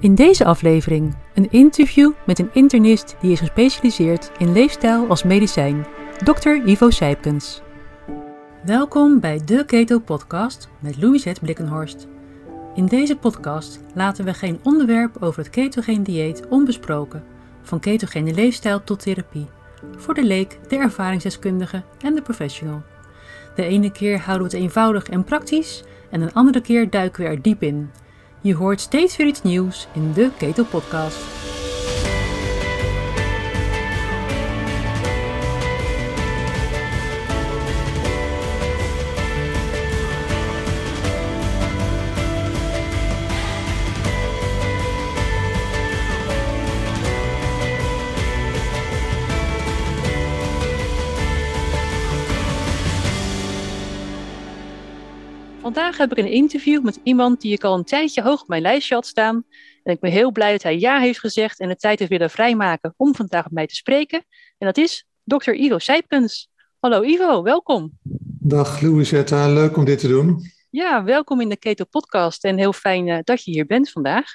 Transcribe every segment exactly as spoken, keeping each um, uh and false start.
In deze aflevering een interview met een internist die is gespecialiseerd in leefstijl als medicijn, dokter Ivo Sijpkens. Welkom bij de Keto Podcast met Louisette Blikkenhorst. In deze podcast laten we geen onderwerp over het ketogeen dieet onbesproken, van ketogene leefstijl tot therapie, voor de leek, de ervaringsdeskundige en de professional. De ene keer houden we het eenvoudig en praktisch en een andere keer duiken we er diep in. Je hoort steeds weer iets nieuws in de Keto Podcast. Vandaag heb ik een interview met iemand die ik al een tijdje hoog op mijn lijstje had staan. En ik ben heel blij dat hij ja heeft gezegd en de tijd heeft willen vrijmaken om vandaag met mij te spreken. En dat is dokter Ivo Sijpkens. Hallo Ivo, welkom. Dag Louisette, leuk om dit te doen. Ja, welkom in de Keto Podcast en heel fijn uh, dat je hier bent vandaag.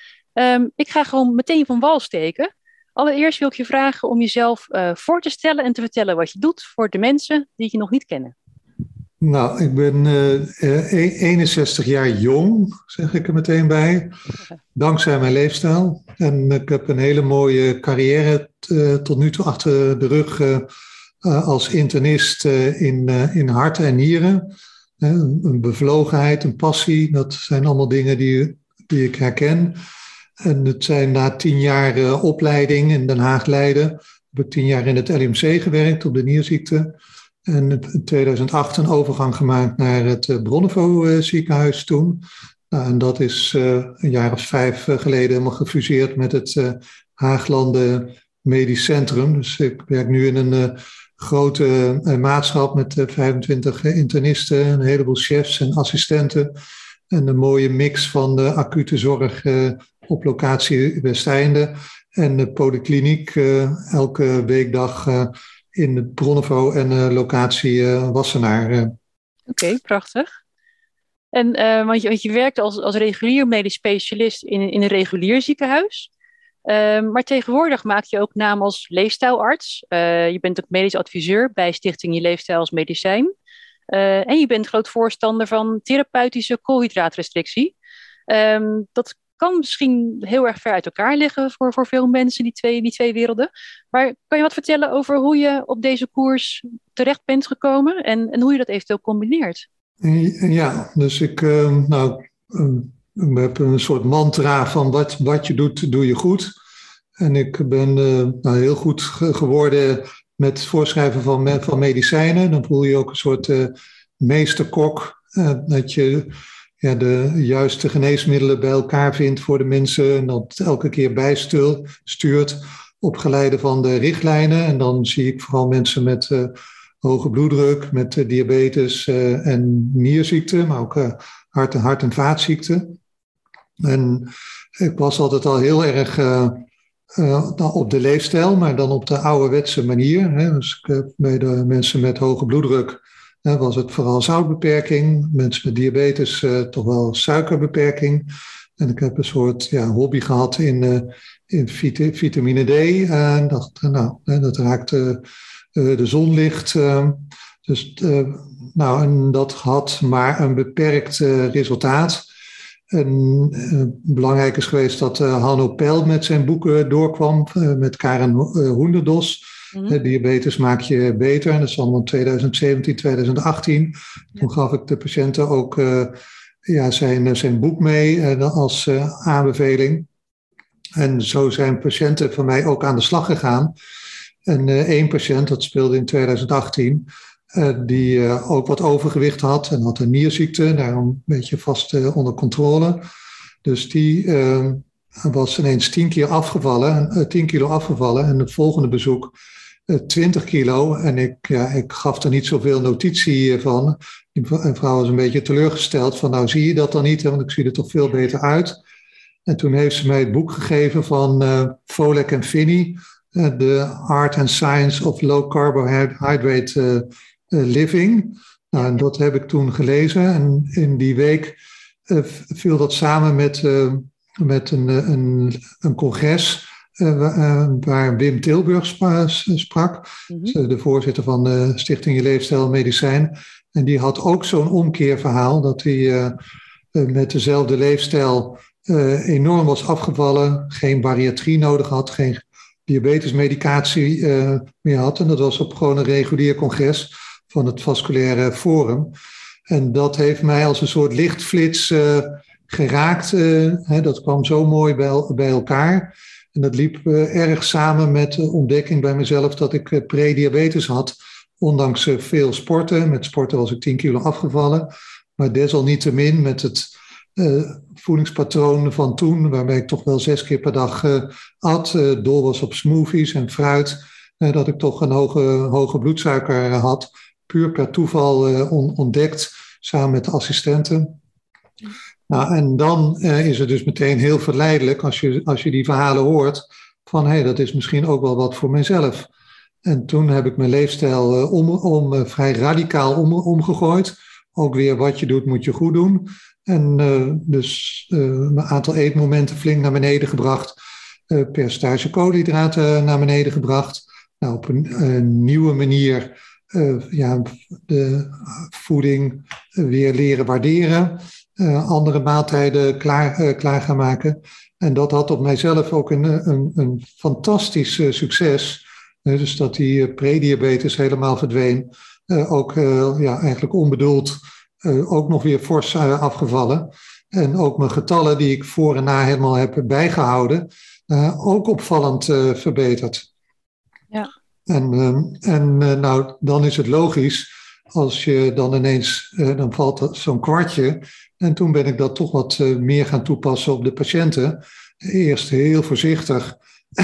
Um, ik ga gewoon meteen van wal steken. Allereerst wil ik je vragen om jezelf uh, voor te stellen en te vertellen wat je doet voor de mensen die je nog niet kennen. Nou, ik ben uh, eenenzestig jaar jong, zeg ik er meteen bij, dankzij mijn leefstijl. En ik heb een hele mooie carrière t, uh, tot nu toe achter de rug uh, uh, als internist uh, in, uh, in hart en nieren. Uh, een bevlogenheid, een passie, dat zijn allemaal dingen die, die ik herken. En het zijn na tien jaar uh, opleiding in Den Haag Leiden, heb ik tien jaar in het L M C gewerkt op de nierziekte. En in tweeduizend acht een overgang gemaakt naar het Bronnevo ziekenhuis toen. Nou, en dat is uh, een jaar of vijf geleden helemaal gefuseerd met het uh, Haaglanden Medisch Centrum. Dus ik werk nu in een uh, grote uh, maatschap met uh, vijfentwintig internisten, een heleboel chefs en assistenten. En een mooie mix van de acute zorg uh, op locatie Westeinde en de polykliniek uh, elke weekdag uh, in het Bronnevo en uh, locatie uh, Wassenaar. Uh. Oké, okay, prachtig. En uh, want, je, want je werkt als, als regulier medisch specialist in, in een regulier ziekenhuis. Uh, maar tegenwoordig maak je ook naam als leefstijlarts. Uh, je bent ook medisch adviseur bij Stichting Je Leefstijl als Medicijn. Uh, en je bent groot voorstander van therapeutische koolhydraatrestrictie. Um, dat kan misschien heel erg ver uit elkaar liggen voor, voor veel mensen, die twee, die twee werelden. Maar kan je wat vertellen over hoe je op deze koers terecht bent gekomen en, en hoe je dat eventueel combineert? Ja, dus ik, uh, nou, uh, heb een soort mantra van wat, wat je doet, doe je goed. En ik ben uh, nou, heel goed ge- geworden met het voorschrijven van, van medicijnen. Dan voel je ook een soort uh, meesterkok, uh, dat je ja, de juiste geneesmiddelen bij elkaar vindt voor de mensen en dat elke keer bijstuurt op geleide van de richtlijnen. En dan zie ik vooral mensen met uh, hoge bloeddruk, met uh, diabetes uh, en nierziekte, maar ook uh, hart- en hart- en vaatziekten. En ik was altijd al heel erg uh, uh, op de leefstijl, maar dan op de ouderwetse manier. Hè. Dus ik, uh, bij de mensen met hoge bloeddruk Uh, was het vooral zoutbeperking, mensen met diabetes uh, toch wel suikerbeperking. En ik heb een soort ja, hobby gehad in, uh, in vit- vitamine D. Uh, en dacht, uh, nou, uh, dat raakt uh, uh, de zonlicht. Uh, dus, uh, nou, en dat had maar een beperkt uh, resultaat. En uh, belangrijk is geweest dat uh, Hanno Pel met zijn boeken doorkwam, uh, met Karen uh, Hoenderdos. Mm-hmm. Diabetes maak je beter. Dat is allemaal twintig zeventien, twintig achttien. Ja. Toen gaf ik de patiënten ook uh, ja, zijn, zijn boek mee uh, als uh, aanbeveling. En zo zijn patiënten van mij ook aan de slag gegaan. En uh, één patiënt, dat speelde in twintig achttien, uh, die uh, ook wat overgewicht had en had een nierziekte, daarom een beetje vast uh, onder controle. Dus die uh, was ineens tien keer afgevallen, uh, tien kilo afgevallen. En het volgende bezoek twintig kilo en ik, ja, ik gaf er niet zoveel notitie van. Die vrouw was een beetje teleurgesteld van nou zie je dat dan niet, hè, want ik zie er toch veel beter uit. En toen heeft ze mij het boek gegeven van uh, Volek en Finney, uh, The Art and Science of Low Carbohydrate uh, uh, Living. Nou, en dat heb ik toen gelezen en in die week uh, viel dat samen met uh, met een, een, een congres uh, waar Wim Tilburg spa, sprak. Mm-hmm. De voorzitter van de Stichting Je Leefstijl Medicijn. En die had ook zo'n omkeerverhaal dat hij uh, met dezelfde leefstijl uh, enorm was afgevallen. Geen bariatrie nodig had, geen diabetesmedicatie uh, meer had. En dat was op gewoon een regulier congres van het Vasculaire Forum. En dat heeft mij als een soort lichtflits uh, geraakt. Uh, hè, dat kwam zo mooi bij, bij elkaar. En dat liep uh, erg samen met de ontdekking bij mezelf dat ik uh, prediabetes had. Ondanks uh, veel sporten. Met sporten was ik tien kilo afgevallen. Maar desalniettemin met het uh, voedingspatroon van toen, waarbij ik toch wel zes keer per dag uh, at. Uh, dol was op smoothies en fruit. Uh, dat ik toch een hoge, hoge bloedsuiker had. Puur per toeval uh, on, ontdekt, samen met de assistenten. Nou, en dan uh, is het dus meteen heel verleidelijk als je, als je die verhalen hoort van hé, hey, dat is misschien ook wel wat voor mijzelf. En toen heb ik mijn leefstijl uh, om, om, uh, vrij radicaal om, omgegooid. Ook weer wat je doet, moet je goed doen. En uh, dus uh, mijn aantal eetmomenten flink naar beneden gebracht. Uh, percentage koolhydraten naar beneden gebracht. Nou, op een, een nieuwe manier uh, ja, de voeding weer leren waarderen. Uh, andere maaltijden klaar, uh, klaar gaan maken. En dat had op mijzelf ook een, een, een fantastisch uh, succes. Uh, dus dat die uh, prediabetes helemaal verdween. Uh, ook uh, ja, eigenlijk onbedoeld uh, ook nog weer fors uh, afgevallen. En ook mijn getallen die ik voor en na helemaal heb bijgehouden. Uh, ook opvallend uh, verbeterd. Ja. En, uh, en uh, nou, dan is het logisch als je dan ineens, uh, dan valt er zo'n kwartje. En toen ben ik dat toch wat uh, meer gaan toepassen op de patiënten. Eerst heel voorzichtig.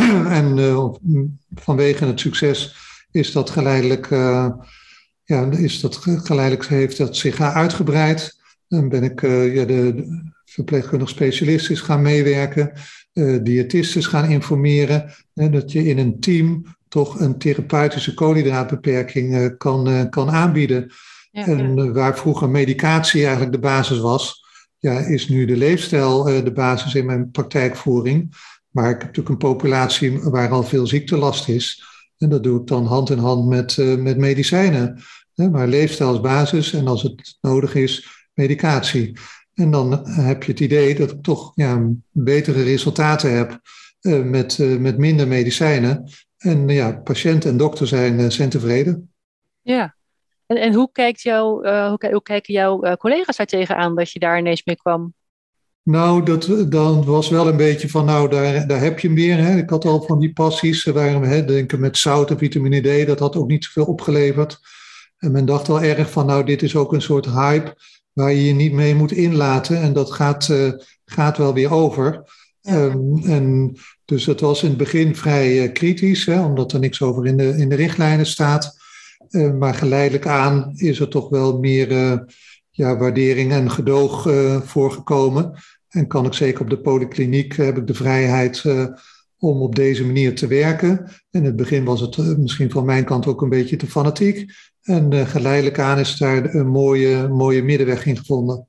en uh, vanwege het succes is dat geleidelijk, uh, ja, is dat geleidelijk heeft dat zich uitgebreid. Dan ben ik uh, ja, de, de verpleegkundig specialist is gaan meewerken. Uh, diëtisten gaan informeren. Uh, dat je in een team toch een therapeutische koolhydraatbeperking uh, kan, uh, kan aanbieden. Ja, en uh, waar vroeger medicatie eigenlijk de basis was, ja, is nu de leefstijl uh, de basis in mijn praktijkvoering. Maar ik heb natuurlijk een populatie waar al veel ziektelast is. En dat doe ik dan hand in hand met, uh, met medicijnen. Uh, maar leefstijl is basis en als het nodig is, medicatie. En dan heb je het idee dat ik toch ja, betere resultaten heb uh, met, uh, met minder medicijnen. En ja, patiënt en dokter zijn, uh, zijn tevreden. Ja, en, en hoe, kijkt jou, uh, hoe, hoe kijken jouw uh, collega's daar tegenaan dat je daar ineens mee kwam? Nou, dat, dat was wel een beetje van, nou, daar, daar heb je hem weer. Hè. Ik had al van die passies, waar we denken met zout en vitamine D, dat had ook niet zoveel opgeleverd. En men dacht wel erg van, nou, dit is ook een soort hype waar je je niet mee moet inlaten. En dat gaat, uh, gaat wel weer over. Ja. Um, en dus het was in het begin vrij uh, kritisch, hè, omdat er niks over in de, in de richtlijnen staat. Uh, maar geleidelijk aan is er toch wel meer uh, ja, waardering en gedoog uh, voorgekomen. En kan ik zeker op de polykliniek, uh, heb ik de vrijheid uh, om op deze manier te werken. In het begin was het uh, misschien van mijn kant ook een beetje te fanatiek. En uh, geleidelijk aan is daar een mooie, mooie middenweg in gevonden.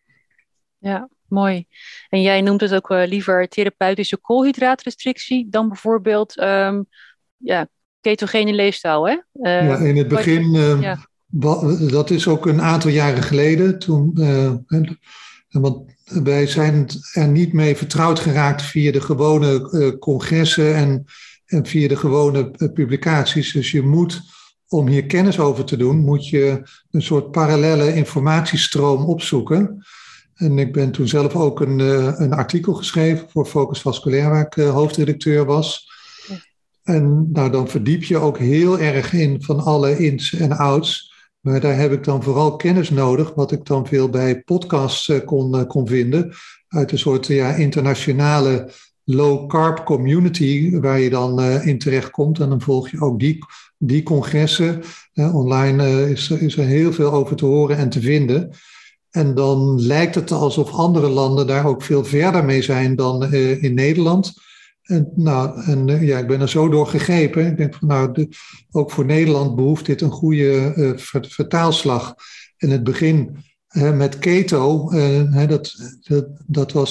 Ja, mooi. En jij noemt het ook uh, liever therapeutische koolhydraatrestrictie dan bijvoorbeeld um, ja, ketogene leefstijl, hè? Uh, ja, in het begin, uh, ja. dat is ook een aantal jaren geleden. Toen, uh, want wij zijn er niet mee vertrouwd geraakt via de gewone uh, congressen en, en via de gewone uh, publicaties. Dus je moet, om hier kennis over te doen, moet je een soort parallelle informatiestroom opzoeken. En ik ben toen zelf ook een, uh, een artikel geschreven voor Focus Vasculair, waar ik uh, hoofdredacteur was. Ja. En nou, dan verdiep je ook heel erg in van alle ins en outs. Maar daar heb ik dan vooral kennis nodig, wat ik dan veel bij podcasts uh, kon, uh, kon vinden. Uit een soort ja, internationale low-carb community, waar je dan uh, in terecht komt. En dan volg je ook die, die congressen. Uh, online uh, is, is er heel veel over te horen en te vinden. En dan lijkt het alsof andere landen daar ook veel verder mee zijn dan uh, in Nederland. En, nou, en uh, ja, ik ben er zo door gegrepen. Ik denk van nou, de, ook voor Nederland behoeft dit een goede uh, vertaalslag. In het begin uh, met keto, uh, dat, dat, dat was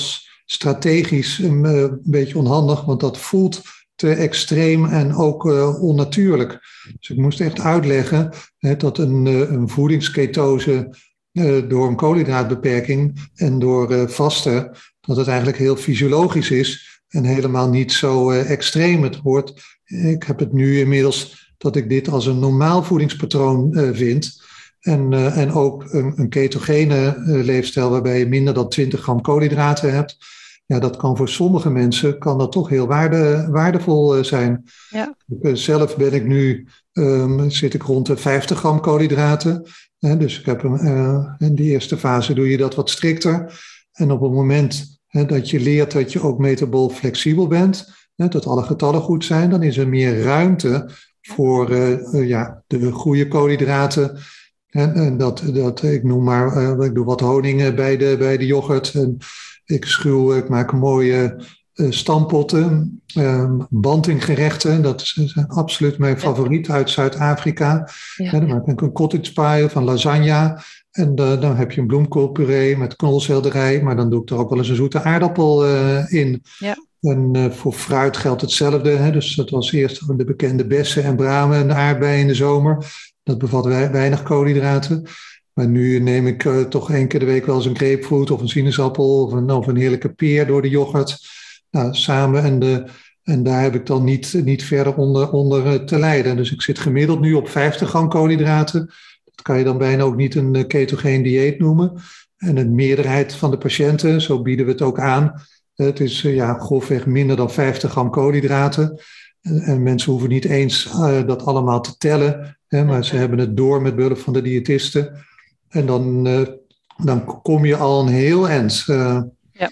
strategisch een, uh, een beetje onhandig, want dat voelt te extreem en ook uh, onnatuurlijk. Dus ik moest echt uitleggen hè, dat een, uh, een voedingsketose uh, door een koolhydraatbeperking en door uh, vasten, dat het eigenlijk heel fysiologisch is en helemaal niet zo uh, extreem. Het wordt, ik heb het nu inmiddels dat ik dit als een normaal voedingspatroon uh, vind. En, uh, en ook een, een ketogene uh, leefstijl waarbij je minder dan twintig gram koolhydraten hebt. Ja, dat kan voor sommige mensen kan dat toch heel waarde, waardevol uh, zijn. Ja. Uh, zelf ben ik nu, um, zit ik rond de vijftig gram koolhydraten. Uh, dus ik heb een, uh, in die eerste fase doe je dat wat strikter. En op het moment uh, dat je leert dat je ook metabool flexibel bent, uh, dat alle getallen goed zijn, dan is er meer ruimte voor uh, uh, ja, de goede koolhydraten. En, en dat, dat, ik noem maar, uh, ik doe wat honing bij de, bij de yoghurt. En ik schuw, ik maak mooie uh, stampotten, uh, bantinggerechten. Dat zijn absoluut mijn favoriet uit Zuid-Afrika. Ja. Ja, dan maak ik een cottage pie van lasagne. En uh, dan heb je een bloemkoolpuree met knolselderij. Maar dan doe ik er ook wel eens een zoete aardappel uh, in. Ja. En uh, voor fruit geldt hetzelfde. Hè? Dus dat was eerst de bekende bessen en bramen en de aardbeien in de zomer. Dat bevat weinig koolhydraten. Maar nu neem ik uh, toch één keer de week wel eens een grapefruit of een sinaasappel of een, of een heerlijke peer door de yoghurt. Nou, samen en, de, en daar heb ik dan niet, niet verder onder, onder uh, te lijden. Dus ik zit gemiddeld nu op vijftig gram koolhydraten. Dat kan je dan bijna ook niet een uh, ketogeen dieet noemen. En de meerderheid van de patiënten, zo bieden we het ook aan. Uh, het is uh, ja, grofweg minder dan vijftig gram koolhydraten. Uh, en mensen hoeven niet eens uh, dat allemaal te tellen. Hè, maar ze hebben het door met behulp van de diëtisten. En dan, uh, dan kom je al een heel eind. Uh. Ja.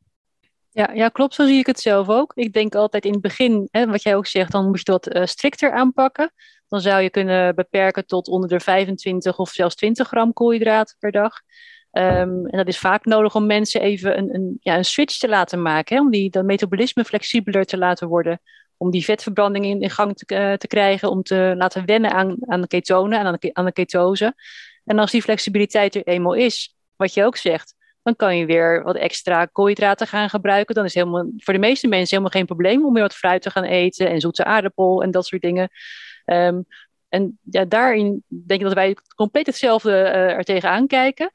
Ja, ja, klopt. Zo zie ik het zelf ook. Ik denk altijd in het begin, hè, wat jij ook zegt, dan moet je dat uh, strikter aanpakken. Dan zou je kunnen beperken tot onder de vijfentwintig of zelfs twintig gram koolhydraten per dag. Um, en dat is vaak nodig om mensen even een, een, ja, een switch te laten maken. Hè, om die, dat metabolisme flexibeler te laten worden. Om die vetverbranding in, in gang te, uh, te krijgen. Om te laten wennen aan, aan de ketonen, aan de, aan de ketose. En als die flexibiliteit er eenmaal is, wat je ook zegt, dan kan je weer wat extra koolhydraten gaan gebruiken. Dan is helemaal, voor de meeste mensen helemaal geen probleem om weer wat fruit te gaan eten en zoete aardappel en dat soort dingen. Um, en ja, daarin denk ik dat wij compleet hetzelfde uh, er tegenaan kijken.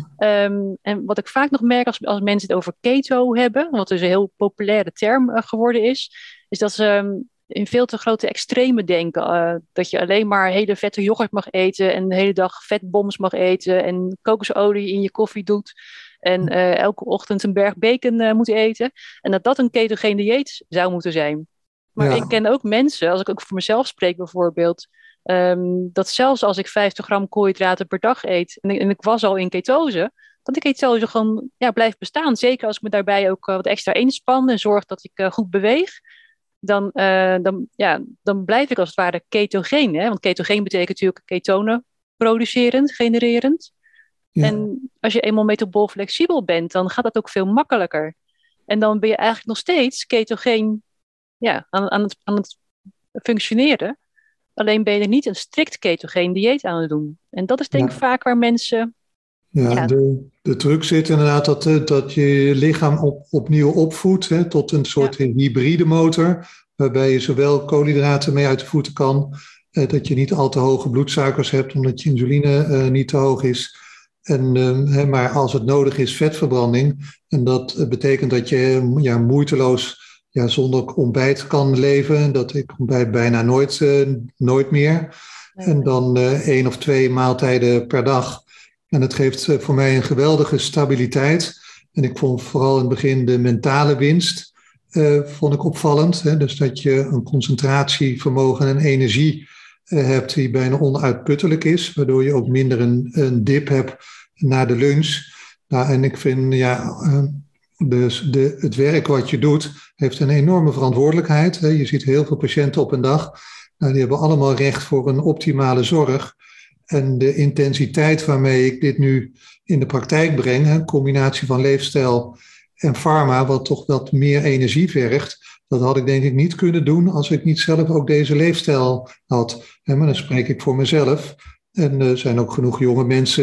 Um, en wat ik vaak nog merk als, als mensen het over keto hebben, wat dus een heel populaire term uh, geworden is, is dat ze um, in veel te grote extreme denken. Uh, dat je alleen maar hele vette yoghurt mag eten en de hele dag vetboms mag eten en kokosolie in je koffie doet. En uh, elke ochtend een berg bacon uh, moet eten. En dat dat een ketogeen dieet zou moeten zijn. Maar ja. Ik ken ook mensen, als ik ook voor mezelf spreek bijvoorbeeld, um, dat zelfs als ik vijftig gram koolhydraten per dag eet en, en ik was al in ketose, dat de ketose gewoon ja, blijft bestaan. Zeker als ik me daarbij ook uh, wat extra inspan en zorg dat ik uh, goed beweeg. Dan, uh, dan, ja, dan blijf ik als het ware ketogeen. Hè? Want ketogeen betekent natuurlijk ketonen producerend, genererend. Ja. En als je eenmaal metabool flexibel bent, dan gaat dat ook veel makkelijker. En dan ben je eigenlijk nog steeds ketogeen ja, aan, aan, het, aan het functioneren. Alleen ben je er niet een strikt ketogeen dieet aan het doen. En dat is denk ik ja. vaak waar mensen... Ja, ja. De, de truc zit inderdaad dat, dat je je lichaam op, opnieuw opvoedt hè, tot een soort ja. hybride motor. Waarbij je zowel koolhydraten mee uit de voeten kan. Eh, dat je niet al te hoge bloedsuikers hebt omdat je insuline uh, niet te hoog is. En, uh, hè, maar als het nodig is, vetverbranding. En dat uh, betekent dat je ja, moeiteloos ja, zonder ontbijt kan leven. Dat ik ontbijt bijna nooit, uh, nooit meer. Nee. En dan uh, één of twee maaltijden per dag. En dat geeft uh, voor mij een geweldige stabiliteit. En ik vond vooral in het begin de mentale winst uh, vond ik opvallend. Hè? Dus dat je een concentratievermogen en energie uh, hebt die bijna onuitputtelijk is. Waardoor je ook minder een, een dip hebt na de lunch. Nou, en ik vind, ja, uh, dus de, het werk wat je doet heeft een enorme verantwoordelijkheid. Hè? Je ziet heel veel patiënten op een dag. Nou, die hebben allemaal recht voor een optimale zorg. En de intensiteit waarmee ik dit nu in de praktijk breng, een combinatie van leefstijl en farma, wat toch wat meer energie vergt, dat had ik denk ik niet kunnen doen als ik niet zelf ook deze leefstijl had. Maar dan spreek ik voor mezelf. En er zijn ook genoeg jonge mensen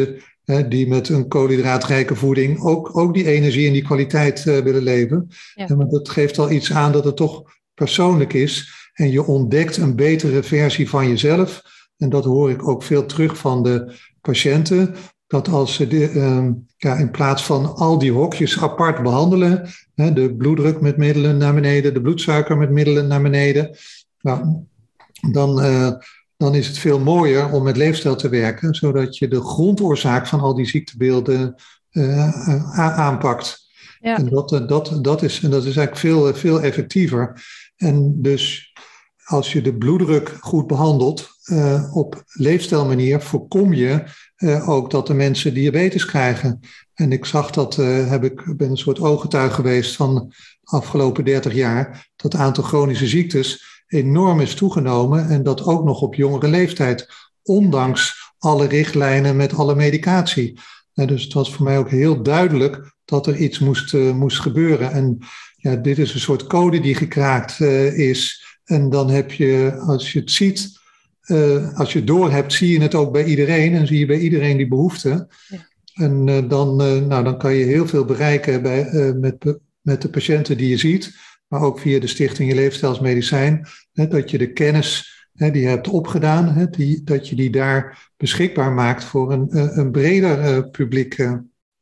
hè, die met een koolhydraatrijke voeding ook, ook die energie en die kwaliteit uh, willen leven. Ja. En, maar dat geeft al iets aan dat het toch persoonlijk is. En je ontdekt een betere versie van jezelf. En dat hoor ik ook veel terug van de patiënten. Dat als ze de, uh, ja, in plaats van al die hokjes apart behandelen, hè, de bloeddruk met middelen naar beneden, de bloedsuiker met middelen naar beneden, nou, dan, uh, dan is het veel mooier om met leefstijl te werken, zodat je de grondoorzaak van al die ziektebeelden uh, aanpakt. Ja. En dat, dat, dat, is, en dat is eigenlijk veel, veel effectiever. En dus als je de bloeddruk goed behandelt, uh, op leefstijlmanier voorkom je uh, ook dat de mensen diabetes krijgen. En ik zag dat, uh, heb ik ben een soort ooggetuige geweest van de afgelopen dertig jaar, dat het aantal chronische ziektes enorm is toegenomen en dat ook nog op jongere leeftijd, ondanks alle richtlijnen met alle medicatie. Uh, dus het was voor mij ook heel duidelijk dat er iets moest, uh, moest gebeuren. En ja, dit is een soort code die gekraakt uh, is. En dan heb je, als je het ziet, uh, als je het doorhebt, zie je het ook bij iedereen. En zie je bij iedereen die behoefte. Ja. En uh, dan, uh, nou, dan kan je heel veel bereiken bij, uh, met, met de patiënten die je ziet. Maar ook via de Stichting Je Leefstijl als Medicijn. Hè, dat je de kennis hè, die je hebt opgedaan, hè, die, dat je die daar beschikbaar maakt voor een, een breder uh, publiek. Uh.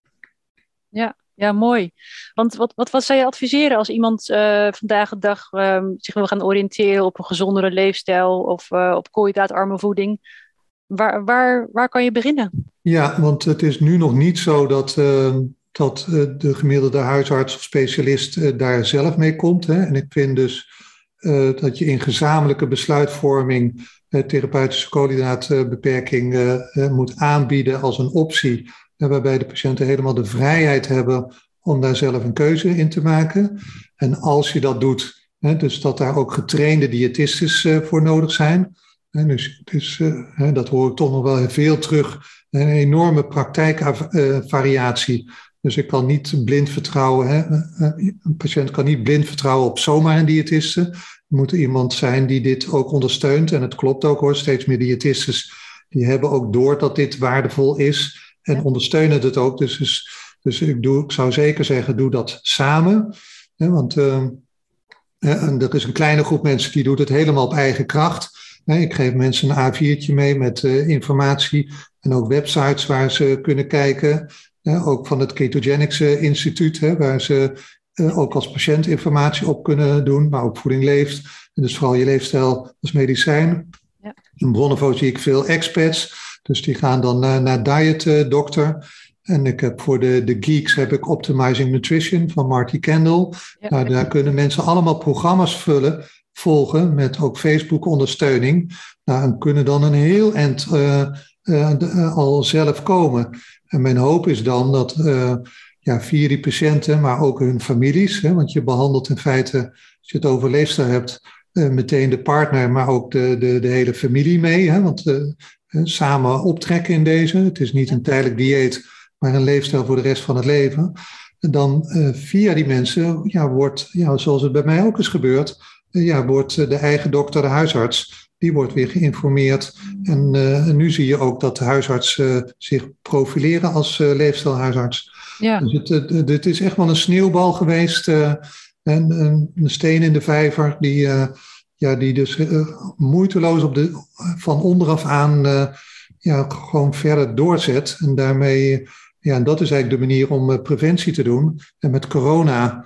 Ja. Ja, mooi. Want wat, wat, wat zou je adviseren als iemand uh, vandaag de dag uh, zich wil gaan oriënteren op een gezondere leefstijl of uh, op koolhydraatarme voeding? Waar, waar, waar kan je beginnen? Ja, want het is nu nog niet zo dat, uh, dat uh, de gemiddelde huisarts of specialist uh, daar zelf mee komt. Hè? En ik vind dus uh, dat je in gezamenlijke besluitvorming uh, therapeutische koolhydraatbeperking uh, uh, moet aanbieden als een optie. Waarbij de patiënten helemaal de vrijheid hebben om daar zelf een keuze in te maken. En als je dat doet, hè, dus dat daar ook getrainde diëtistes uh, voor nodig zijn. En dus dus uh, dat hoor ik toch nog wel veel terug. Een enorme praktijkvariatie. Uh, dus ik kan niet blind vertrouwen. Hè. Een patiënt kan niet blind vertrouwen op zomaar een diëtiste. Er moet iemand zijn die dit ook ondersteunt. En het klopt ook hoor, steeds meer diëtistes die hebben ook door dat dit waardevol is. En ja. ondersteunen het ook. Dus, dus, dus ik, doe, ik zou zeker zeggen, doe dat samen. Hè, want uh, en er is een kleine groep mensen die doet het helemaal op eigen kracht. Hè, ik geef mensen een A viertje mee met uh, informatie. En ook websites waar ze kunnen kijken. Hè, ook van het Ketogenics Instituut. Hè, waar ze uh, ook als patiënt informatie op kunnen doen. Maar ook voeding leeft. En dus vooral je leefstijl als medicijn. Ja. In Bronnevo zie ik veel expats. Dus die gaan dan uh, naar Diet uh, Doctor. En ik heb voor de, de geeks heb ik Optimizing Nutrition van Marty Kendall. Ja, nou, daar kunnen mensen allemaal programma's vullen, volgen met ook Facebook ondersteuning. Nou, en kunnen dan een heel eind uh, uh, uh, al zelf komen. En mijn hoop is dan dat uh, ja, via die patiënten, maar ook hun families. Hè, want je behandelt in feite, als je het over leefstijl hebt, uh, meteen de partner, maar ook de, de, de hele familie mee. Hè, want uh, samen optrekken in deze. Het is niet een tijdelijk dieet, maar een leefstijl voor de rest van het leven. En dan uh, via die mensen ja, wordt, ja, zoals het bij mij ook is gebeurd, uh, ja, wordt de eigen dokter, de huisarts, die wordt weer geïnformeerd. En, uh, en nu zie je ook dat de huisarts uh, zich profileren als uh, leefstijlhuisarts. Ja. Dus het, uh, dit is echt wel een sneeuwbal geweest. Uh, en een, een steen in de vijver die... Uh, Ja, die dus uh, moeiteloos op de, van onderaf aan uh, ja, gewoon verder doorzet. En daarmee, ja, en dat is eigenlijk de manier om uh, preventie te doen. En met corona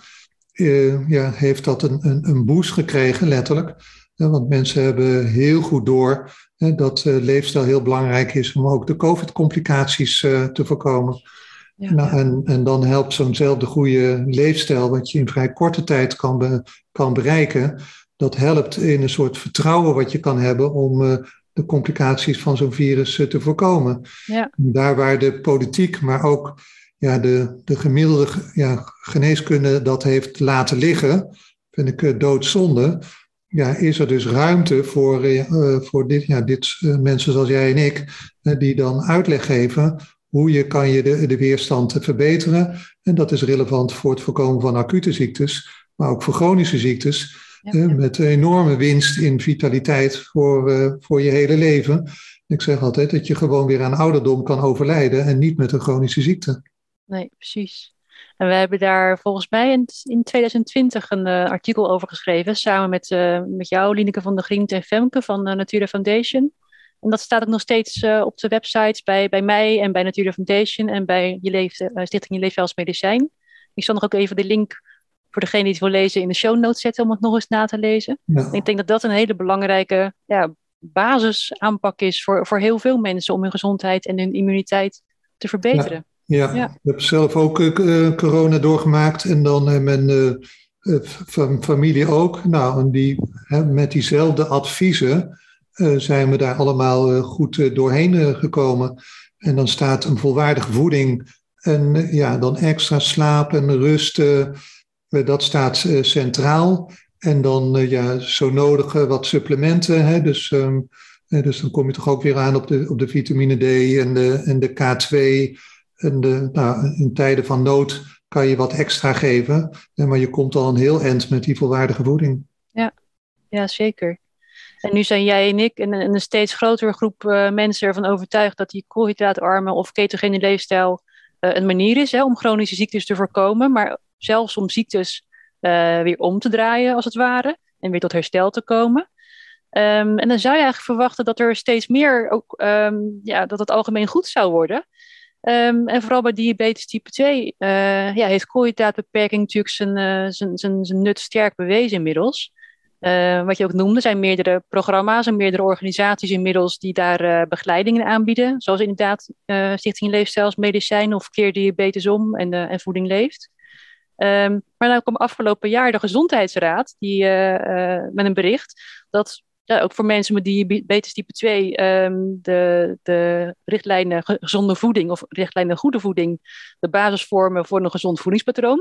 uh, ja, heeft dat een, een, een boost gekregen, letterlijk. Uh, want mensen hebben heel goed door uh, dat uh, leefstijl heel belangrijk is om ook de COVID-complicaties uh, te voorkomen. Ja, nou, ja. en, en dan helpt zo'nzelfde goede leefstijl, wat je in vrij korte tijd kan, be, kan bereiken. Dat helpt in een soort vertrouwen wat je kan hebben om uh, de complicaties van zo'n virus uh, te voorkomen. Ja. Daar waar de politiek, maar ook ja, de, de gemiddelde ja, geneeskunde dat heeft laten liggen, vind ik uh, doodzonde. Ja, is er dus ruimte voor, uh, voor dit, ja, dit uh, mensen zoals jij en ik, uh, die dan uitleg geven hoe je kan je de, de weerstand verbeteren. En dat is relevant voor het voorkomen van acute ziektes, maar ook voor chronische ziektes. Ja, uh, ja. met een enorme winst in vitaliteit voor, uh, voor je hele leven. Ik zeg altijd dat je gewoon weer aan ouderdom kan overlijden en niet met een chronische ziekte. Nee, precies. En we hebben daar volgens mij in, in twintig twintig een uh, artikel over geschreven, samen met, uh, met jou, Lineke van der Griend en Femke van uh, Natura Foundation. En dat staat ook nog steeds uh, op de websites bij, bij mij en bij Natura Foundation en bij je leefde, uh, Stichting Je Leefstijl als Medicijn. Ik zal nog ook even de link voor degene die het wil lezen in de show notes zetten om het nog eens na te lezen. Ja. En ik denk dat dat een hele belangrijke ja, basisaanpak is voor, voor heel veel mensen om hun gezondheid en hun immuniteit te verbeteren. Ja, ja. Ja. Ik heb zelf ook uh, corona doorgemaakt en dan uh, mijn uh, uh, familie ook. Nou, en die, uh, met diezelfde adviezen uh, zijn we daar allemaal uh, goed uh, doorheen uh, gekomen. En dan staat een volwaardige voeding en uh, ja, dan extra slaap en rust, uh, dat staat uh, centraal. En dan uh, ja, zo nodig uh, wat supplementen, hè, dus... Um, Dus dan kom je toch ook weer aan op de, op de vitamine D en de, en de K twee. En de, nou, in tijden van nood kan je wat extra geven. Maar je komt al een heel eind met die volwaardige voeding. Ja, ja zeker. En nu zijn jij en ik en een steeds grotere groep uh, mensen ervan overtuigd dat die koolhydraatarme of ketogene leefstijl uh, een manier is hè, om chronische ziektes te voorkomen. Maar zelfs om ziektes uh, weer om te draaien als het ware. En weer tot herstel te komen. Um, en dan zou je eigenlijk verwachten dat er steeds meer ook, um, ja, dat het algemeen goed zou worden. Um, en vooral bij diabetes type twee uh, ja, heeft koolhydraatbeperking natuurlijk zijn, uh, zijn, zijn, zijn nut sterk bewezen inmiddels. Uh, wat je ook noemde, zijn meerdere programma's en meerdere organisaties inmiddels die daar uh, begeleidingen aanbieden. Zoals inderdaad uh, Stichting Leefstijl als Medicijn of Keer Diabetes Om en, uh, en Voeding Leeft. Um, maar nou kwam afgelopen jaar de Gezondheidsraad die, uh, uh, met een bericht dat... Ja, ook voor mensen met diabetes type twee um, de, de richtlijnen gezonde voeding of richtlijnen goede voeding de basis vormen voor een gezond voedingspatroon.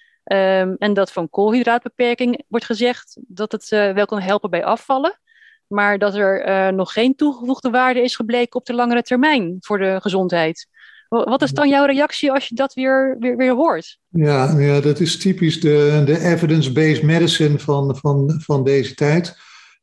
Um, en dat van koolhydraatbeperking wordt gezegd dat het uh, wel kan helpen bij afvallen, maar dat er uh, nog geen toegevoegde waarde is gebleken op de langere termijn voor de gezondheid. Wat is dan jouw reactie als je dat weer, weer, weer hoort? Ja, ja, dat is typisch de, de evidence-based medicine van, van, van deze tijd.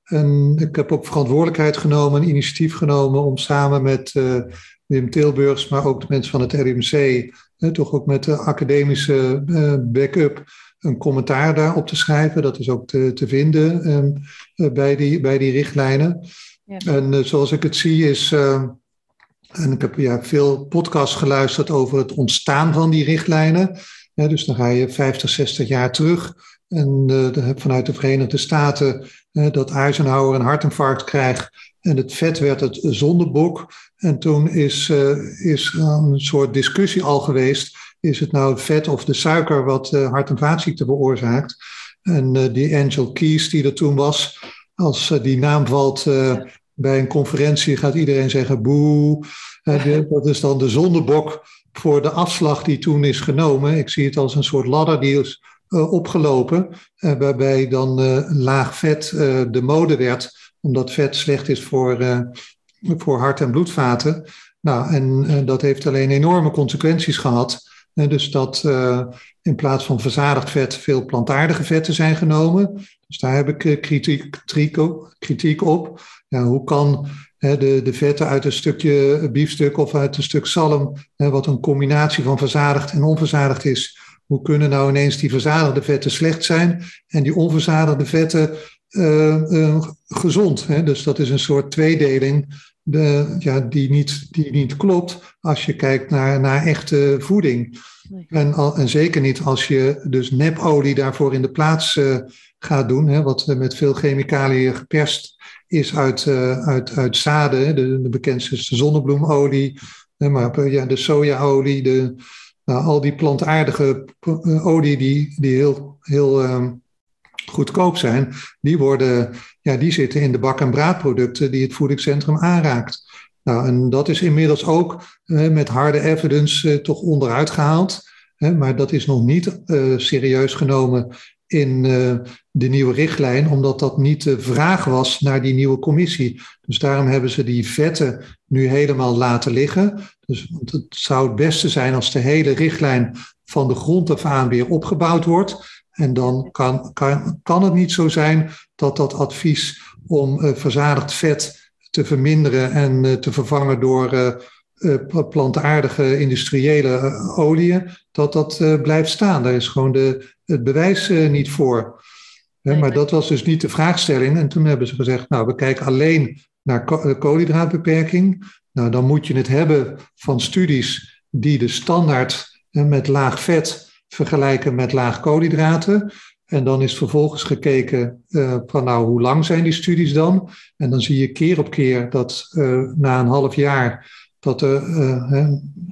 En ik heb ook verantwoordelijkheid genomen, een initiatief genomen om samen met uh, Wim Tilburgs, maar ook de mensen van het R I M C, eh, toch ook met de academische uh, backup, een commentaar daarop te schrijven. Dat is ook te, te vinden um, uh, bij, die, bij die richtlijnen. Ja. En uh, zoals ik het zie is, uh, en ik heb ja, veel podcasts geluisterd over het ontstaan van die richtlijnen. Ja, dus dan ga je vijftig, zestig jaar terug. En uh, vanuit de Verenigde Staten uh, dat Eisenhower een hartinfarct krijgt. En het vet werd het zondebok. En toen is, uh, is een soort discussie al geweest. Is het nou het vet of de suiker wat uh, hart- en vaatziekten veroorzaakt? En uh, die Angel Keys die er toen was. Als uh, die naam valt uh, ja. bij een conferentie gaat iedereen zeggen boe. Uh, de, dat is dan de zondebok voor de afslag die toen is genomen. Ik zie het als een soort ladder die is uh, opgelopen. Uh, waarbij dan uh, laag vet uh, de mode werd. Omdat vet slecht is voor, uh, voor hart- en bloedvaten. Nou, en uh, dat heeft alleen enorme consequenties gehad. Uh, dus dat uh, in plaats van verzadigd vet veel plantaardige vetten zijn genomen. Dus daar heb ik uh, kritiek, kritiek op. Ja, hoe kan uh, de, de vetten uit een stukje biefstuk of uit een stuk zalm, uh, wat een combinatie van verzadigd en onverzadigd is, hoe kunnen nou ineens die verzadigde vetten slecht zijn en die onverzadigde vetten uh, uh, gezond? Hè? Dus dat is een soort tweedeling de, ja, die, niet, die niet klopt als je kijkt naar, naar echte voeding. Nee. En, al, en zeker niet als je dus nepolie daarvoor in de plaats uh, gaat doen, hè, wat met veel chemicaliën geperst is uit, uh, uit, uit zaden. De, de bekendste is de zonnebloemolie, hè, maar ja, de sojaolie, de, nou, al die plantaardige uh, olie die, die heel, heel um, goedkoop zijn, die, worden, ja, die zitten in de bak- en braadproducten die het voedingscentrum aanraakt. Nou, en dat is inmiddels ook uh, met harde evidence uh, toch onderuit gehaald. Hè, maar dat is nog niet uh, serieus genomen in uh, de nieuwe richtlijn, omdat dat niet de vraag was naar die nieuwe commissie. Dus daarom hebben ze die vetten nu helemaal laten liggen. Dus het zou het beste zijn als de hele richtlijn van de grond af aan weer opgebouwd wordt. En dan kan, kan, kan het niet zo zijn dat dat advies om uh, verzadigd vet te verminderen en uh, te vervangen door uh, uh, plantaardige industriële uh, oliën, dat dat uh, blijft staan. Daar is gewoon de, het bewijs uh, niet voor. Nee, maar dat was dus niet de vraagstelling. En toen hebben ze gezegd, nou, we kijken alleen naar koolhydraatbeperking. Nou, dan moet je het hebben van studies die de standaard met laag vet vergelijken met laag koolhydraten. En dan is vervolgens gekeken uh, van nou, hoe lang zijn die studies dan? En dan zie je keer op keer dat uh, na een half jaar dat er uh,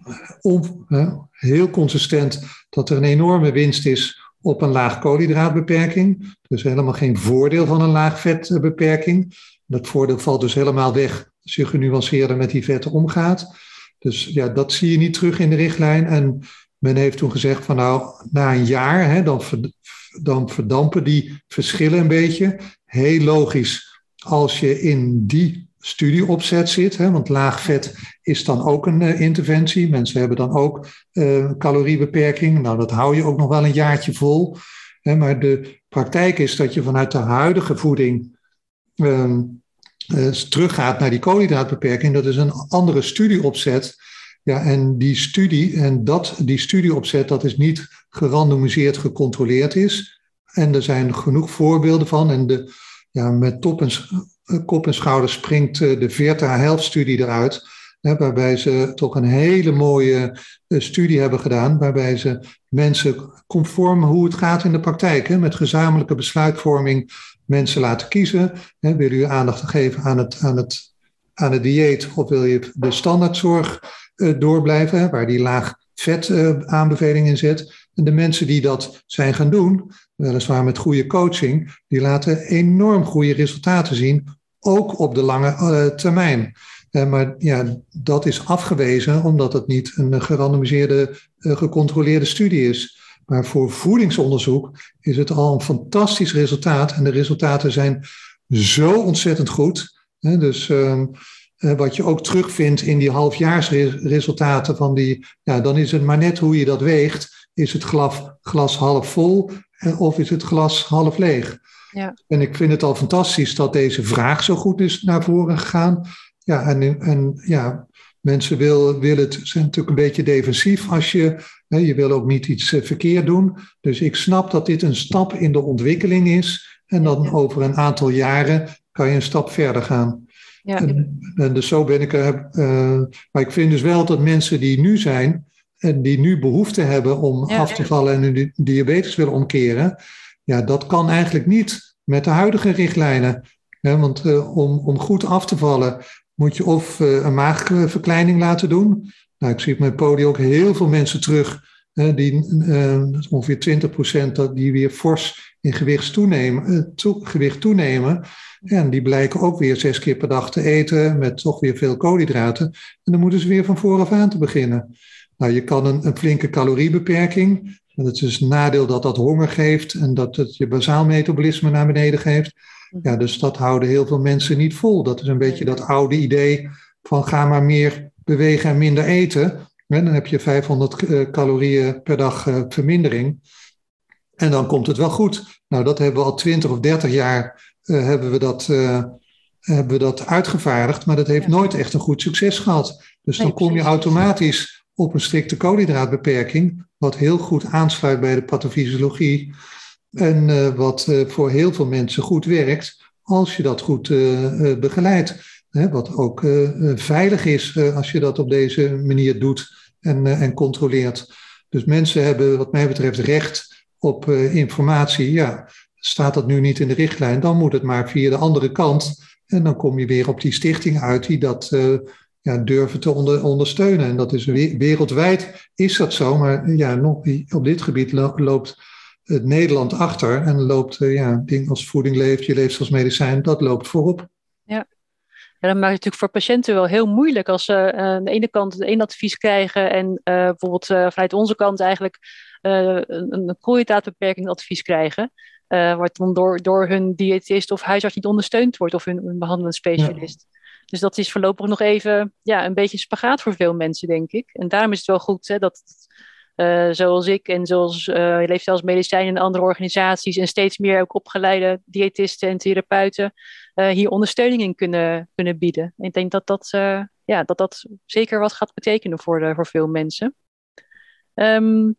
on, uh, heel consistent dat er een enorme winst is op een laag koolhydraatbeperking. Dus helemaal geen voordeel van een laag vetbeperking. Dat voordeel valt dus helemaal weg als je genuanceerder met die vetten omgaat. Dus ja, dat zie je niet terug in de richtlijn. En men heeft toen gezegd van nou, na een jaar, hè, dan, ver, dan verdampen die verschillen een beetje. Heel logisch als je in die studieopzet zit, hè, want laag vet is dan ook een uh, interventie. Mensen hebben dan ook uh, caloriebeperking. Nou, dat hou je ook nog wel een jaartje vol. Hè, maar de praktijk is dat je vanuit de huidige voeding uh, uh, teruggaat naar die koolhydraatbeperking. Dat is een andere studieopzet. Ja, en die studie, en dat, die studieopzet, dat is niet gerandomiseerd gecontroleerd is. En er zijn genoeg voorbeelden van. En de, ja, met top en, kop en schouders springt de Virta Health studie eruit. Hè, waarbij ze toch een hele mooie studie hebben gedaan. Waarbij ze mensen conform hoe het gaat in de praktijk. Hè, met gezamenlijke besluitvorming mensen laten kiezen. Hè, wil je aandacht geven aan het, aan, het, aan het dieet of wil je de standaardzorg uh, doorblijven. Hè, waar die laag vet uh, aanbeveling in zit. En de mensen die dat zijn gaan doen, weliswaar met goede coaching, die laten enorm goede resultaten zien, ook op de lange uh, termijn. Uh, maar ja, dat is afgewezen omdat het niet een gerandomiseerde, uh, gecontroleerde studie is. Maar voor voedingsonderzoek is het al een fantastisch resultaat. En de resultaten zijn zo ontzettend goed. Hè, dus uh, uh, wat je ook terugvindt in die halfjaarsresultaten van die, ja, dan is het maar net hoe je dat weegt. Is het glas, glas half vol of is het glas half leeg? Ja. En ik vind het al fantastisch dat deze vraag zo goed is naar voren gegaan. Ja, en, en ja, mensen willen wil het, zijn natuurlijk een beetje defensief als je, hè, je wil ook niet iets verkeerd doen. Dus ik snap dat dit een stap in de ontwikkeling is. En dan ja. over een aantal jaren kan je een stap verder gaan. Ja. En, en dus zo ben ik er. Uh, maar ik vind dus wel dat mensen die nu zijn en die nu behoefte hebben om ja, af te vallen en hun diabetes willen omkeren, ja, dat kan eigenlijk niet met de huidige richtlijnen. Ja, want uh, om, om goed af te vallen moet je of uh, een maagverkleining laten doen. Nou, ik zie op mijn podium ook heel veel mensen terug, uh, die uh, ongeveer twintig procent die weer fors in gewicht toenemen, uh, to, gewicht toenemen. En die blijken ook weer zes keer per dag te eten met toch weer veel koolhydraten. En dan moeten ze weer van vooraf aan te beginnen. Nou, je kan een, een flinke caloriebeperking. En het is een nadeel dat dat honger geeft en dat het je basaal metabolisme naar beneden geeft. Ja, dus dat houden heel veel mensen niet vol. Dat is een beetje dat oude idee van ga maar meer bewegen en minder eten. En dan heb je vijfhonderd uh, calorieën per dag uh, vermindering. En dan komt het wel goed. Nou, dat hebben we al twintig of dertig jaar uh, hebben we dat, uh, hebben we dat uitgevaardigd. Maar dat heeft ja. nooit echt een goed succes gehad. Dus nee, dan kom je automatisch op een strikte koolhydraatbeperking, wat heel goed aansluit bij de pathofysiologie en uh, wat uh, voor heel veel mensen goed werkt als je dat goed uh, uh, begeleidt. Hè, wat ook uh, uh, veilig is uh, als je dat op deze manier doet en, uh, en controleert. Dus mensen hebben wat mij betreft recht op uh, informatie. Ja, staat dat nu niet in de richtlijn, dan moet het maar via de andere kant. En dan kom je weer op die stichting uit die dat uh, ja, durven te onder, ondersteunen. En dat is wereldwijd is dat zo, maar ja, nog, op dit gebied lo- loopt het Nederland achter en loopt uh, ja, ding als voeding leeft, je leeft als medicijn, dat loopt voorop. Ja. Ja, dat maakt het natuurlijk voor patiënten wel heel moeilijk als ze uh, aan de ene kant het ene advies krijgen en uh, bijvoorbeeld uh, vanuit onze kant eigenlijk uh, een, een koolhydraatbeperking advies krijgen, uh, wat dan door, door hun diëtist of huisarts niet ondersteund wordt of hun, hun behandelend specialist. Ja. Dus dat is voorlopig nog even ja, een beetje spagaat voor veel mensen, denk ik. En daarom is het wel goed hè, dat uh, zoals ik en zoals uh, Leefstijlsmedicijn en andere organisaties en steeds meer ook opgeleide diëtisten en therapeuten uh, hier ondersteuning in kunnen, kunnen bieden. En ik denk dat dat, uh, ja, dat dat zeker wat gaat betekenen voor, uh, voor veel mensen. Um,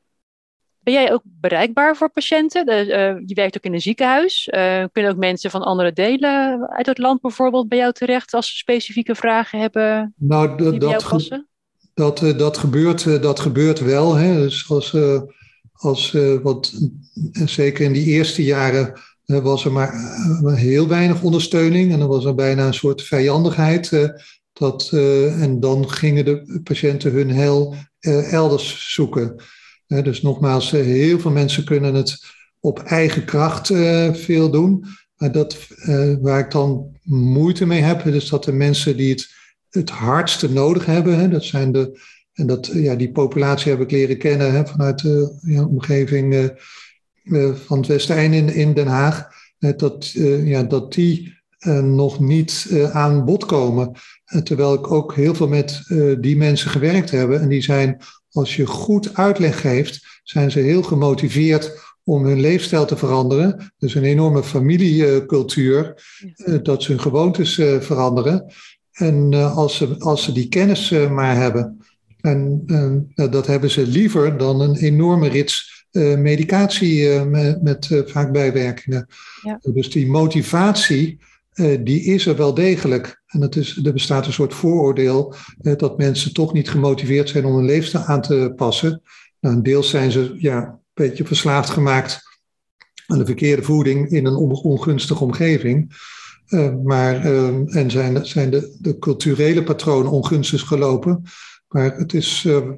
Ben jij ook bereikbaar voor patiënten? De, uh, je werkt ook in een ziekenhuis. Uh, kunnen ook mensen van andere delen uit het land bijvoorbeeld bij jou terecht als ze specifieke vragen hebben nou, d- die bij jou dat, passen? dat, uh, dat, gebeurt, uh, dat gebeurt wel. Hè. Dus als, uh, als uh, wat, zeker in die eerste jaren uh, was er maar uh, heel weinig ondersteuning. En dan was er bijna een soort vijandigheid. Uh, dat, uh, en dan gingen de patiënten hun heil uh, elders zoeken. Uh, dus nogmaals, uh, heel veel mensen kunnen het op eigen kracht uh, veel doen. Maar dat, uh, waar ik dan moeite mee heb, is dat de mensen die het het hardste nodig hebben, hè, dat zijn de, en dat, ja, die populatie heb ik leren kennen hè, vanuit de ja, omgeving uh, uh, van het Westeinde in, in Den Haag, uh, dat, uh, ja, dat die uh, nog niet uh, aan bod komen. Uh, terwijl ik ook heel veel met uh, die mensen gewerkt heb en die zijn, als je goed uitleg geeft, zijn ze heel gemotiveerd om hun leefstijl te veranderen. Dus een enorme familiecultuur, uh, dat ze hun gewoontes uh, veranderen. En uh, als, ze, als ze die kennis uh, maar hebben. En uh, dat hebben ze liever dan een enorme rits uh, medicatie uh, met, met uh, vaak bijwerkingen. Ja. Dus die motivatie, uh, die is er wel degelijk. En het is, er bestaat een soort vooroordeel uh, dat mensen toch niet gemotiveerd zijn om hun leefstijl aan te passen. Nou, deels zijn ze ja, een beetje verslaafd gemaakt aan de verkeerde voeding in een ongunstige omgeving. Uh, maar, uh, en zijn, zijn de, de culturele patronen ongunstig gelopen. Maar het is uh,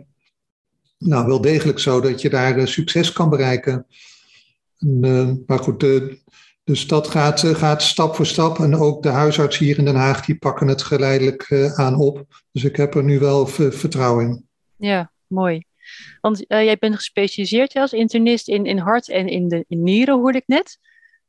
nou, wel degelijk zo dat je daar uh, succes kan bereiken. En, uh, maar goed, uh, dus dat gaat, uh, gaat stap voor stap. En ook de huisartsen hier in Den Haag, die pakken het geleidelijk uh, aan op. Dus ik heb er nu wel v- vertrouwen in. Ja, mooi. Want uh, jij bent gespecialiseerd als internist in, in hart en in de in nieren, hoorde ik net.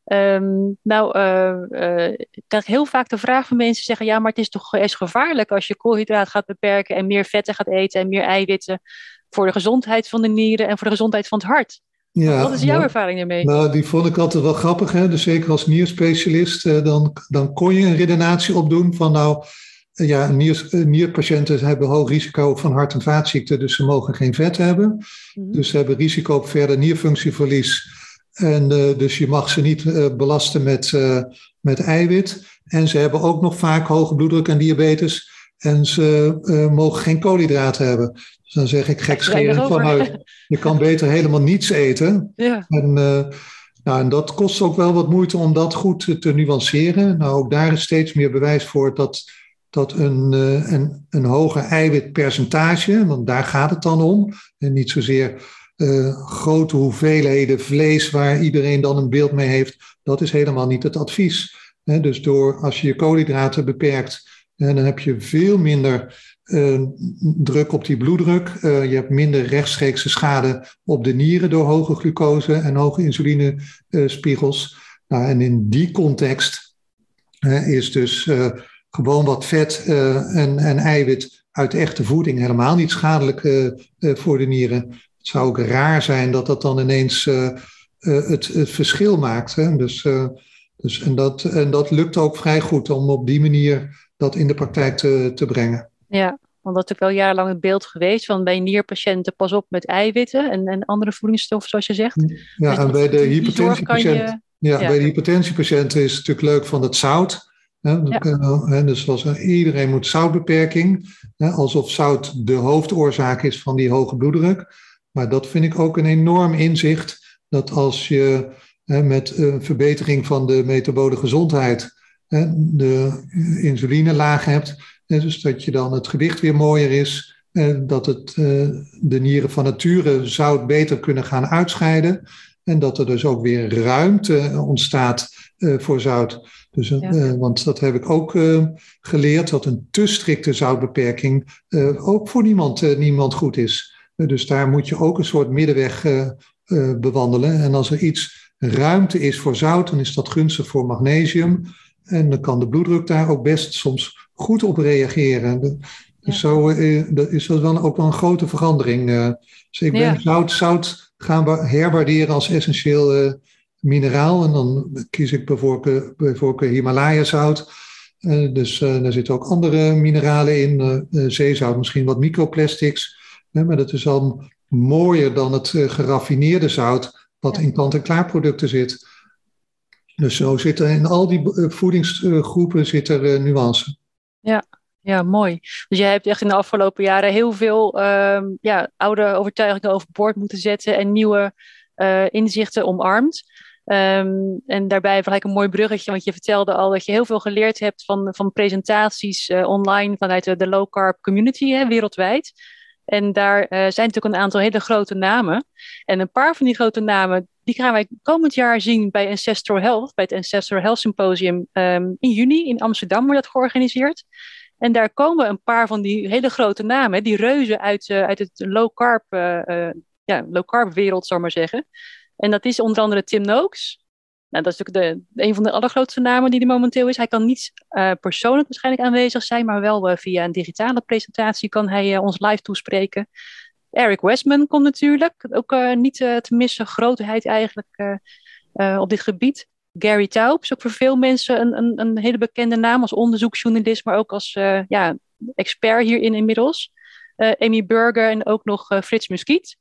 Um, nou, uh, uh, ik krijg heel vaak de vraag van mensen zeggen, ja, maar het is toch eens gevaarlijk als je koolhydraten gaat beperken en meer vetten gaat eten en meer eiwitten voor de gezondheid van de nieren en voor de gezondheid van het hart. Ja, wat is jouw nou, ervaring daarmee? Nou, die vond ik altijd wel grappig. Hè? Dus zeker als nierspecialist, uh, dan, dan kon je een redenatie opdoen van nou, uh, ja, nier, uh, nierpatiënten hebben hoog risico van hart- en vaatziekten, dus ze mogen geen vet hebben. Mm-hmm. Dus ze hebben risico op verder nierfunctieverlies. En uh, dus je mag ze niet uh, belasten met, uh, met eiwit. En ze hebben ook nog vaak hoge bloeddruk en diabetes. En ze uh, mogen geen koolhydraten hebben. Dus dan zeg ik gekscherend vanuit, je kan beter helemaal niets eten. Ja. En, uh, nou, en dat kost ook wel wat moeite om dat goed te, te nuanceren. Nou, ook daar is steeds meer bewijs voor dat, dat een, uh, een, een hoger eiwitpercentage, want daar gaat het dan om. En niet zozeer Uh, grote hoeveelheden vlees waar iedereen dan een beeld mee heeft, dat is helemaal niet het advies. He, dus door, als je je koolhydraten beperkt, he, dan heb je veel minder uh, druk op die bloeddruk. Uh, je hebt minder rechtstreekse schade op de nieren door hoge glucose en hoge insulinespiegels. Uh, nou, en in die context uh, is dus uh, gewoon wat vet uh, en, en eiwit uit echte voeding helemaal niet schadelijk uh, uh, voor de nieren. Het zou ook raar zijn dat dat dan ineens uh, uh, het, het verschil maakt. Hè? Dus, uh, dus, en, dat, en dat lukt ook vrij goed om op die manier dat in de praktijk te, te brengen. Ja, want dat is ook wel jarenlang het beeld geweest van bij nierpatiënten pas op met eiwitten en, en andere voedingsstoffen zoals je zegt. Ja, dus en dat, bij de hypertensiepatiënten je... ja, ja. bij de hypertensiepatiënten is het natuurlijk leuk van het zout. Hè? Ja. Dus was, iedereen moet zoutbeperking, hè? Alsof zout de hoofdoorzaak is van die hoge bloeddruk. Maar dat vind ik ook een enorm inzicht, dat als je hè, met een verbetering van de metabole gezondheid hè, de insuline laag hebt, hè, dus dat je dan het gewicht weer mooier is, hè, dat het, uh, de nieren van nature zout beter kunnen gaan uitscheiden en dat er dus ook weer ruimte ontstaat uh, voor zout. Dus, uh, ja. Want dat heb ik ook uh, geleerd, dat een te strikte zoutbeperking uh, ook voor niemand, uh, niemand goed is. Dus daar moet je ook een soort middenweg uh, uh, bewandelen. En als er iets ruimte is voor zout, dan is dat gunstig voor magnesium. En dan kan de bloeddruk daar ook best soms goed op reageren. De, Dus zo uh, dat is dat wel ook wel een grote verandering. Uh, dus ik ben ja. zout, zout gaan herwaarderen als essentieel uh, mineraal. En dan kies ik bijvoorbeeld, bijvoorbeeld Himalaya zout. Uh, dus uh, daar zitten ook andere mineralen in. Uh, uh, zeezout, misschien wat microplastics. Uh, maar dat is al mooier dan het uh, geraffineerde zout wat ja. in kant-en-klaar producten zit. Dus zo zit er in al die uh, voedingsgroepen zit er uh, nuance. Ja. Ja, mooi. Dus jij hebt echt in de afgelopen jaren heel veel um, ja, oude overtuigingen overboord moeten zetten en nieuwe uh, inzichten omarmd. Um, en daarbij gelijk een mooi bruggetje, want je vertelde al dat je heel veel geleerd hebt van, van presentaties uh, online vanuit de, de low carb community hè, wereldwijd. En daar uh, zijn natuurlijk een aantal hele grote namen. En een paar van die grote namen, die gaan wij komend jaar zien bij Ancestral Health, bij het Ancestral Health Symposium um, in juni in Amsterdam wordt dat georganiseerd. En daar komen een paar van die hele grote namen, die reuzen uit, uh, uit het low carb, uh, uh, ja, low carb wereld, zou ik maar zeggen. En dat is onder andere Tim Noakes. Nou, dat is natuurlijk de, een van de allergrootste namen die er momenteel is. Hij kan niet uh, persoonlijk waarschijnlijk aanwezig zijn, maar wel uh, via een digitale presentatie kan hij uh, ons live toespreken. Eric Westman komt natuurlijk, ook uh, niet uh, te missen, grootheid eigenlijk uh, uh, op dit gebied. Gary Taub is ook voor veel mensen een, een, een hele bekende naam als onderzoeksjournalist, maar ook als uh, ja, expert hierin inmiddels. Uh, Amy Burger en ook nog uh, Frits Muskiet.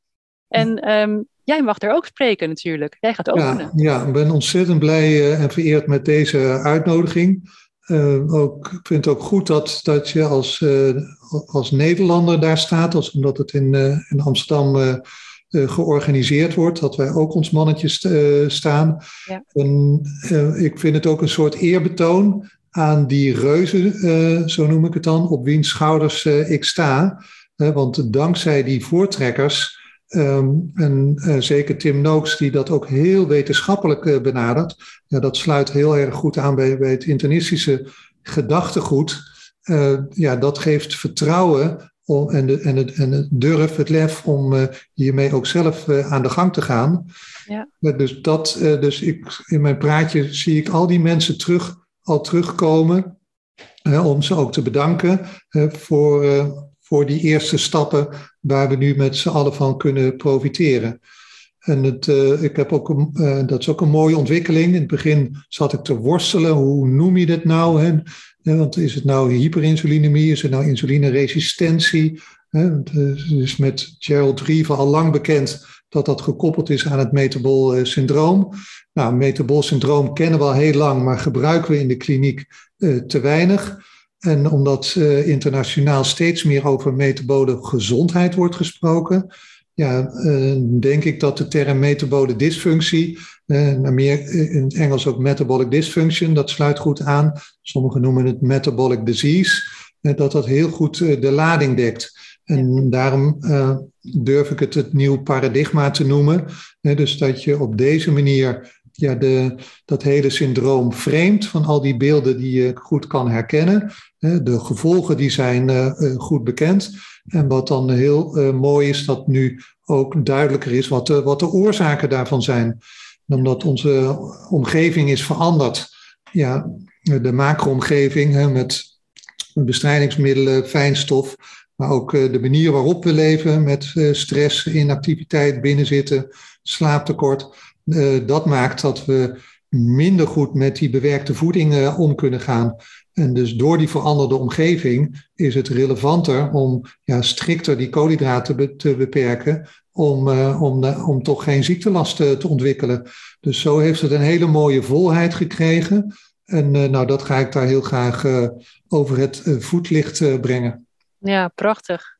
En um, jij mag daar ook spreken natuurlijk. Jij gaat openen. Ja, ja, ik ben ontzettend blij uh, en vereerd met deze uitnodiging. Uh, ook, ik vind het ook goed dat, dat je als, uh, als Nederlander daar staat, als, omdat het in, uh, in Amsterdam uh, uh, georganiseerd wordt, dat wij ook ons mannetje st- uh, staan. Ja. En uh, ik vind het ook een soort eerbetoon aan die reuzen, uh, zo noem ik het dan, op wiens schouders uh, ik sta. Uh, want dankzij die voortrekkers, Um, en uh, zeker Tim Noakes, die dat ook heel wetenschappelijk uh, benadert. Ja, dat sluit heel erg goed aan bij, bij het internistische gedachtegoed. Uh, ja, dat geeft vertrouwen om, en, de, en, het, en het durf, het lef om uh, hiermee ook zelf uh, aan de gang te gaan. Ja. Uh, dus dat, uh, dus ik, in mijn praatje zie ik al die mensen terug, al terugkomen. Uh, om ze ook te bedanken uh, voor... Uh, voor die eerste stappen waar we nu met z'n allen van kunnen profiteren. En het, uh, ik heb ook een, uh, dat is ook een mooie ontwikkeling. In het begin zat ik te worstelen, hoe noem je dit nou? Hè? Want is het nou hyperinsulinemie, is het nou insulineresistentie? Het is met Gerald Reeve al lang bekend dat dat gekoppeld is aan het metabol syndroom. Nou, metabol syndroom kennen we al heel lang, maar gebruiken we in de kliniek uh, te weinig. En omdat uh, internationaal steeds meer over metabole gezondheid wordt gesproken, ja, uh, denk ik dat de term metabole dysfunctie, uh, meer in het Engels ook metabolic dysfunction, dat sluit goed aan. Sommigen noemen het metabolic disease, uh, dat dat heel goed uh, de lading dekt. En ja. daarom uh, durf ik het het nieuw paradigma te noemen. Uh, dus dat je op deze manier ja, de, dat hele syndroom framet van al die beelden die je goed kan herkennen. De gevolgen die zijn uh, goed bekend. En wat dan heel uh, mooi is, dat nu ook duidelijker is wat de, wat de oorzaken daarvan zijn. En omdat onze omgeving is veranderd. Ja, de macro-omgeving hè, met bestrijdingsmiddelen, fijnstof. Maar ook uh, de manier waarop we leven met uh, stress, inactiviteit, binnenzitten, slaaptekort. Uh, dat maakt dat we minder goed met die bewerkte voeding uh, om kunnen gaan. En dus door die veranderde omgeving is het relevanter om ja, strikter die koolhydraten be- te beperken om, uh, om, uh, om toch geen ziektelast uh, te ontwikkelen. Dus zo heeft het een hele mooie volheid gekregen. En uh, nou, dat ga ik daar heel graag uh, over het uh, voetlicht uh, brengen. Ja, prachtig.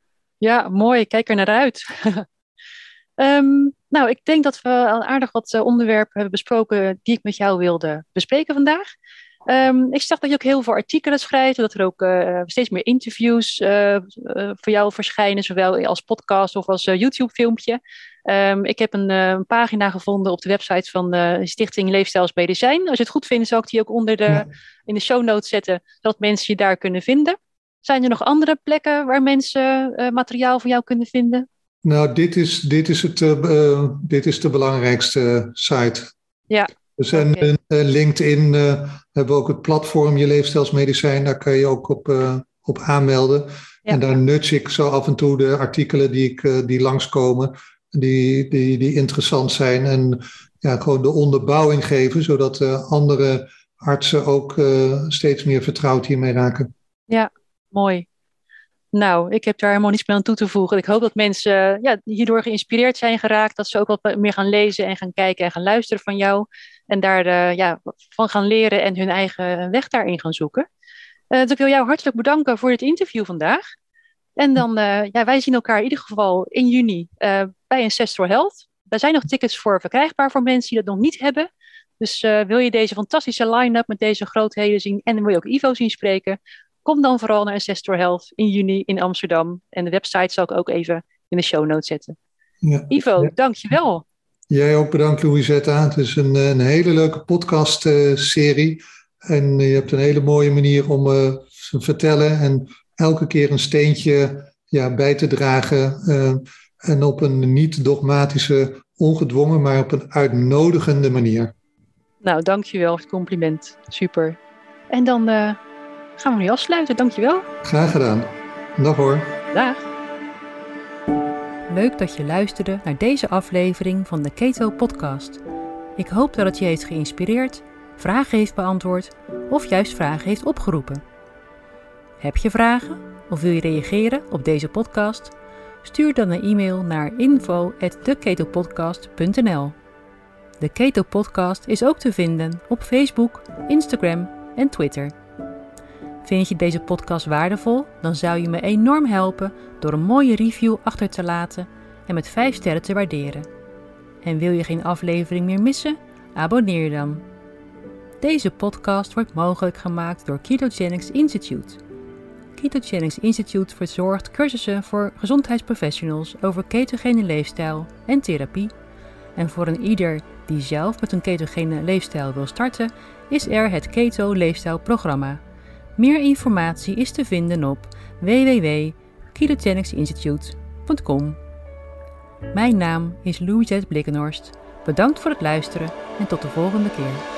Ja, mooi. Ik kijk er naar uit. um, nou, ik denk dat we al aardig wat uh, onderwerpen hebben besproken die ik met jou wilde bespreken vandaag. Um, ik zag dat je ook heel veel artikelen schrijft, dat er ook uh, steeds meer interviews uh, uh, voor jou verschijnen, zowel als podcast of als uh, YouTube-filmpje. Um, ik heb een, uh, een pagina gevonden op de website van de Stichting Leefstijl als Medicijn. Als je het goed vindt, zal ik die ook onder de, ja. in de show notes zetten, zodat mensen je daar kunnen vinden. Zijn er nog andere plekken waar mensen uh, materiaal van jou kunnen vinden? Nou, dit is, dit is, het, uh, dit is de belangrijkste site. Ja. We zijn okay. uh, LinkedIn, uh, hebben we ook het platform Je Leefstijl als Medicijn. Daar kan je ook op, uh, op aanmelden. Ja. En daar nuts ik zo af en toe de artikelen die, ik, uh, die langskomen, die, die, die interessant zijn. En ja, gewoon de onderbouwing geven, zodat uh, andere artsen ook uh, steeds meer vertrouwd hiermee raken. Ja, mooi. Nou, ik heb daar helemaal niets meer aan toe te voegen. Ik hoop dat mensen uh, ja, hierdoor geïnspireerd zijn geraakt. Dat ze ook wat meer gaan lezen en gaan kijken en gaan luisteren van jou. En daar uh, ja, van gaan leren en hun eigen weg daarin gaan zoeken. Uh, dus ik wil jou hartelijk bedanken voor dit interview vandaag. En dan, uh, ja, wij zien elkaar in ieder geval in juni uh, bij Ancestral Health. Er zijn nog tickets voor verkrijgbaar voor mensen die dat nog niet hebben. Dus uh, wil je deze fantastische line-up met deze grootheden zien en wil je ook Ivo zien spreken, kom dan vooral naar Ancestral Health in juni in Amsterdam. En de website zal ik ook even in de show notes zetten. Ja. Ivo, ja. Dankjewel. Jij ook bedankt, Louisetta. Het is een, een hele leuke podcast-serie. Uh, en je hebt een hele mooie manier om uh, te vertellen en elke keer een steentje ja, bij te dragen. Uh, en op een niet dogmatische, ongedwongen, maar op een uitnodigende manier. Nou, dankjewel voor het compliment. Super. En dan uh, gaan we nu afsluiten. Dankjewel. Graag gedaan. Dag hoor. Dag. Leuk dat je luisterde naar deze aflevering van de Keto Podcast. Ik hoop dat het je heeft geïnspireerd, vragen heeft beantwoord of juist vragen heeft opgeroepen. Heb je vragen of wil je reageren op deze podcast? Stuur dan een e-mail naar info at de keto podcast punt n l. De Keto Podcast is ook te vinden op Facebook, Instagram en Twitter. Vind je deze podcast waardevol? Dan zou je me enorm helpen door een mooie review achter te laten en met vijf sterren te waarderen. En wil je geen aflevering meer missen? Abonneer je dan. Deze podcast wordt mogelijk gemaakt door Ketogenics Institute. Ketogenics Institute verzorgt cursussen voor gezondheidsprofessionals over ketogene leefstijl en therapie. En voor een ieder die zelf met een ketogene leefstijl wil starten, is er het Keto Leefstijlprogramma. Meer informatie is te vinden op w w w punt ketogenics institute punt com. Mijn naam is Louisette Blikkenhorst. Bedankt voor het luisteren en tot de volgende keer.